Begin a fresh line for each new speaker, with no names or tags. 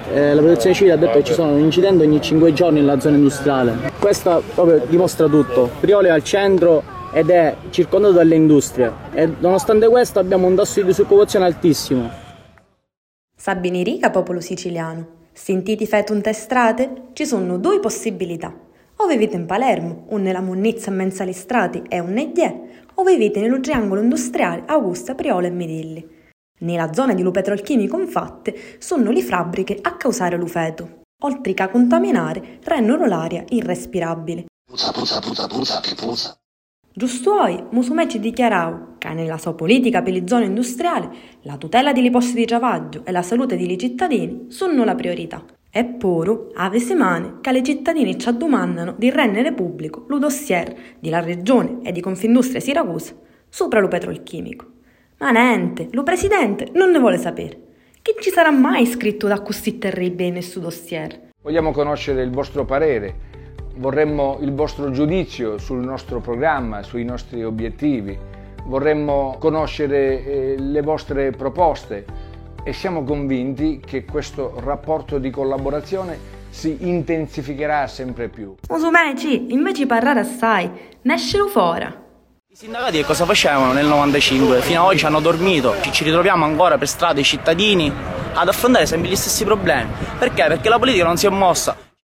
la protezione civile ha detto che ci sono un incidente ogni 5 giorni nella zona industriale. Questo proprio dimostra tutto. Priolo è al centro ed è circondato dalle industrie e nonostante questo abbiamo un tasso di disoccupazione altissimo.
Sabini Rica, popolo siciliano. Sentiti fetum strate? Ci sono due possibilità. O vivete in Palermo, o nella Monnizza in mezzo alle strati e un Neghiè, o vivete nello triangolo industriale Augusta, Priolo e Midilli. Nella zona di Lupetrolchimico, infatti, sono le fabbriche a causare l'ufeto, oltre che a contaminare, rendono l'aria irrespirabile.
Puzza, che puzza.
Giusto oggi, Musumeci dichiarò che nella sua politica per le zone industriali la tutela dei posti di lavoro e la salute dei cittadini sono la priorità. Eppure, ave settimane che le cittadini ci domandano di rendere pubblico lo dossier della regione e di Confindustria Siracusa sopra lo petrolchimico. Ma niente, lo presidente non ne vuole sapere. Chi ci sarà mai scritto da così terribile nel suo dossier?
Vogliamo conoscere il vostro parere, vorremmo il vostro giudizio sul nostro programma, sui nostri obiettivi, vorremmo conoscere le vostre proposte e siamo convinti che questo rapporto di collaborazione si intensificherà sempre più.
Musumeci, invece di parlare assai, nescelo fuori.
I sindacati che cosa facevano nel 95? Fino ad oggi hanno dormito, ci ritroviamo ancora per strada i cittadini ad affrontare sempre gli stessi problemi. Perché? Perché la politica non si è mossa.